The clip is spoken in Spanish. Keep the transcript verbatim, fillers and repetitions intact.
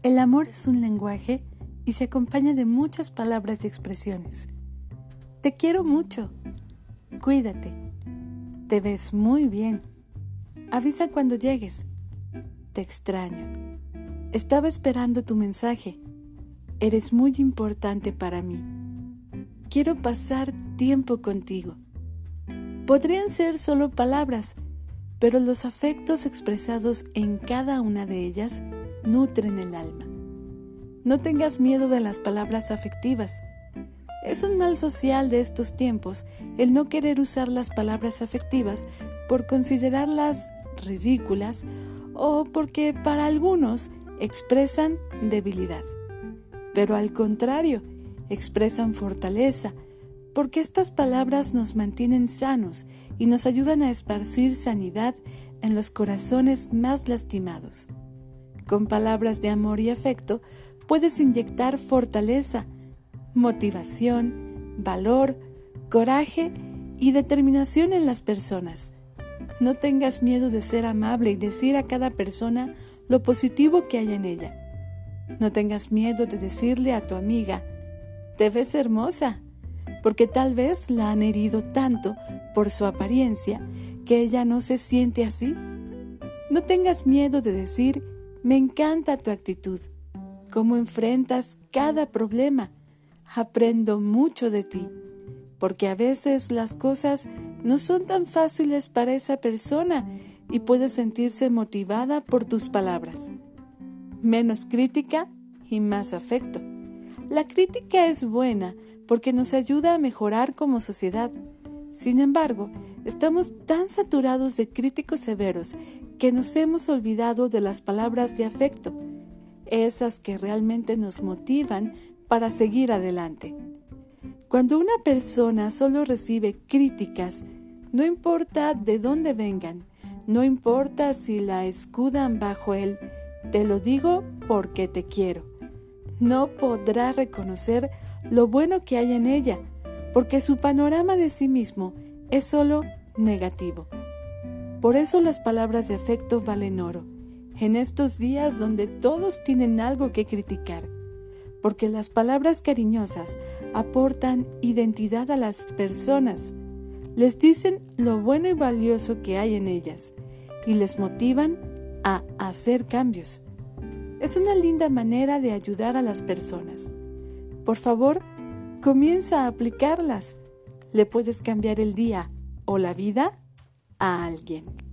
El amor es un lenguaje y se acompaña de muchas palabras y expresiones. Te quiero mucho. Cuídate. Te ves muy bien. Avisa cuando llegues. Te extraño. Estaba esperando tu mensaje. Eres muy importante para mí. Quiero pasar tiempo contigo. Podrían ser solo palabras, pero los afectos expresados en cada una de ellas nutren el alma. No tengas miedo de las palabras afectivas. Es un mal social de estos tiempos el no querer usar las palabras afectivas por considerarlas ridículas o porque para algunos expresan debilidad. Pero al contrario, expresan fortaleza, porque estas palabras nos mantienen sanos y nos ayudan a esparcir sanidad en los corazones más lastimados. Con palabras de amor y afecto puedes inyectar fortaleza, motivación, valor, coraje y determinación en las personas. No tengas miedo de ser amable y decir a cada persona lo positivo que hay en ella. No tengas miedo de decirle a tu amiga, te ves hermosa, porque tal vez la han herido tanto por su apariencia que ella no se siente así. No tengas miedo de decir, me encanta tu actitud, cómo enfrentas cada problema, aprendo mucho de ti, porque a veces las cosas no son tan fáciles para esa persona y puede sentirse motivada por tus palabras. Menos crítica y más afecto. La crítica es buena porque nos ayuda a mejorar como sociedad. Sin embargo, estamos tan saturados de críticos severos que nos hemos olvidado de las palabras de afecto, esas que realmente nos motivan para seguir adelante. Cuando una persona solo recibe críticas, no importa de dónde vengan, no importa si la escudan bajo el te lo digo porque te quiero, no podrá reconocer lo bueno que hay en ella, porque su panorama de sí mismo es solo negativo. Por eso las palabras de afecto valen oro, en estos días donde todos tienen algo que criticar, porque las palabras cariñosas aportan identidad a las personas, les dicen lo bueno y valioso que hay en ellas y les motivan a hacer cambios. Es una linda manera de ayudar a las personas. Por favor, comienza a aplicarlas. Le puedes cambiar el día o la vida a alguien.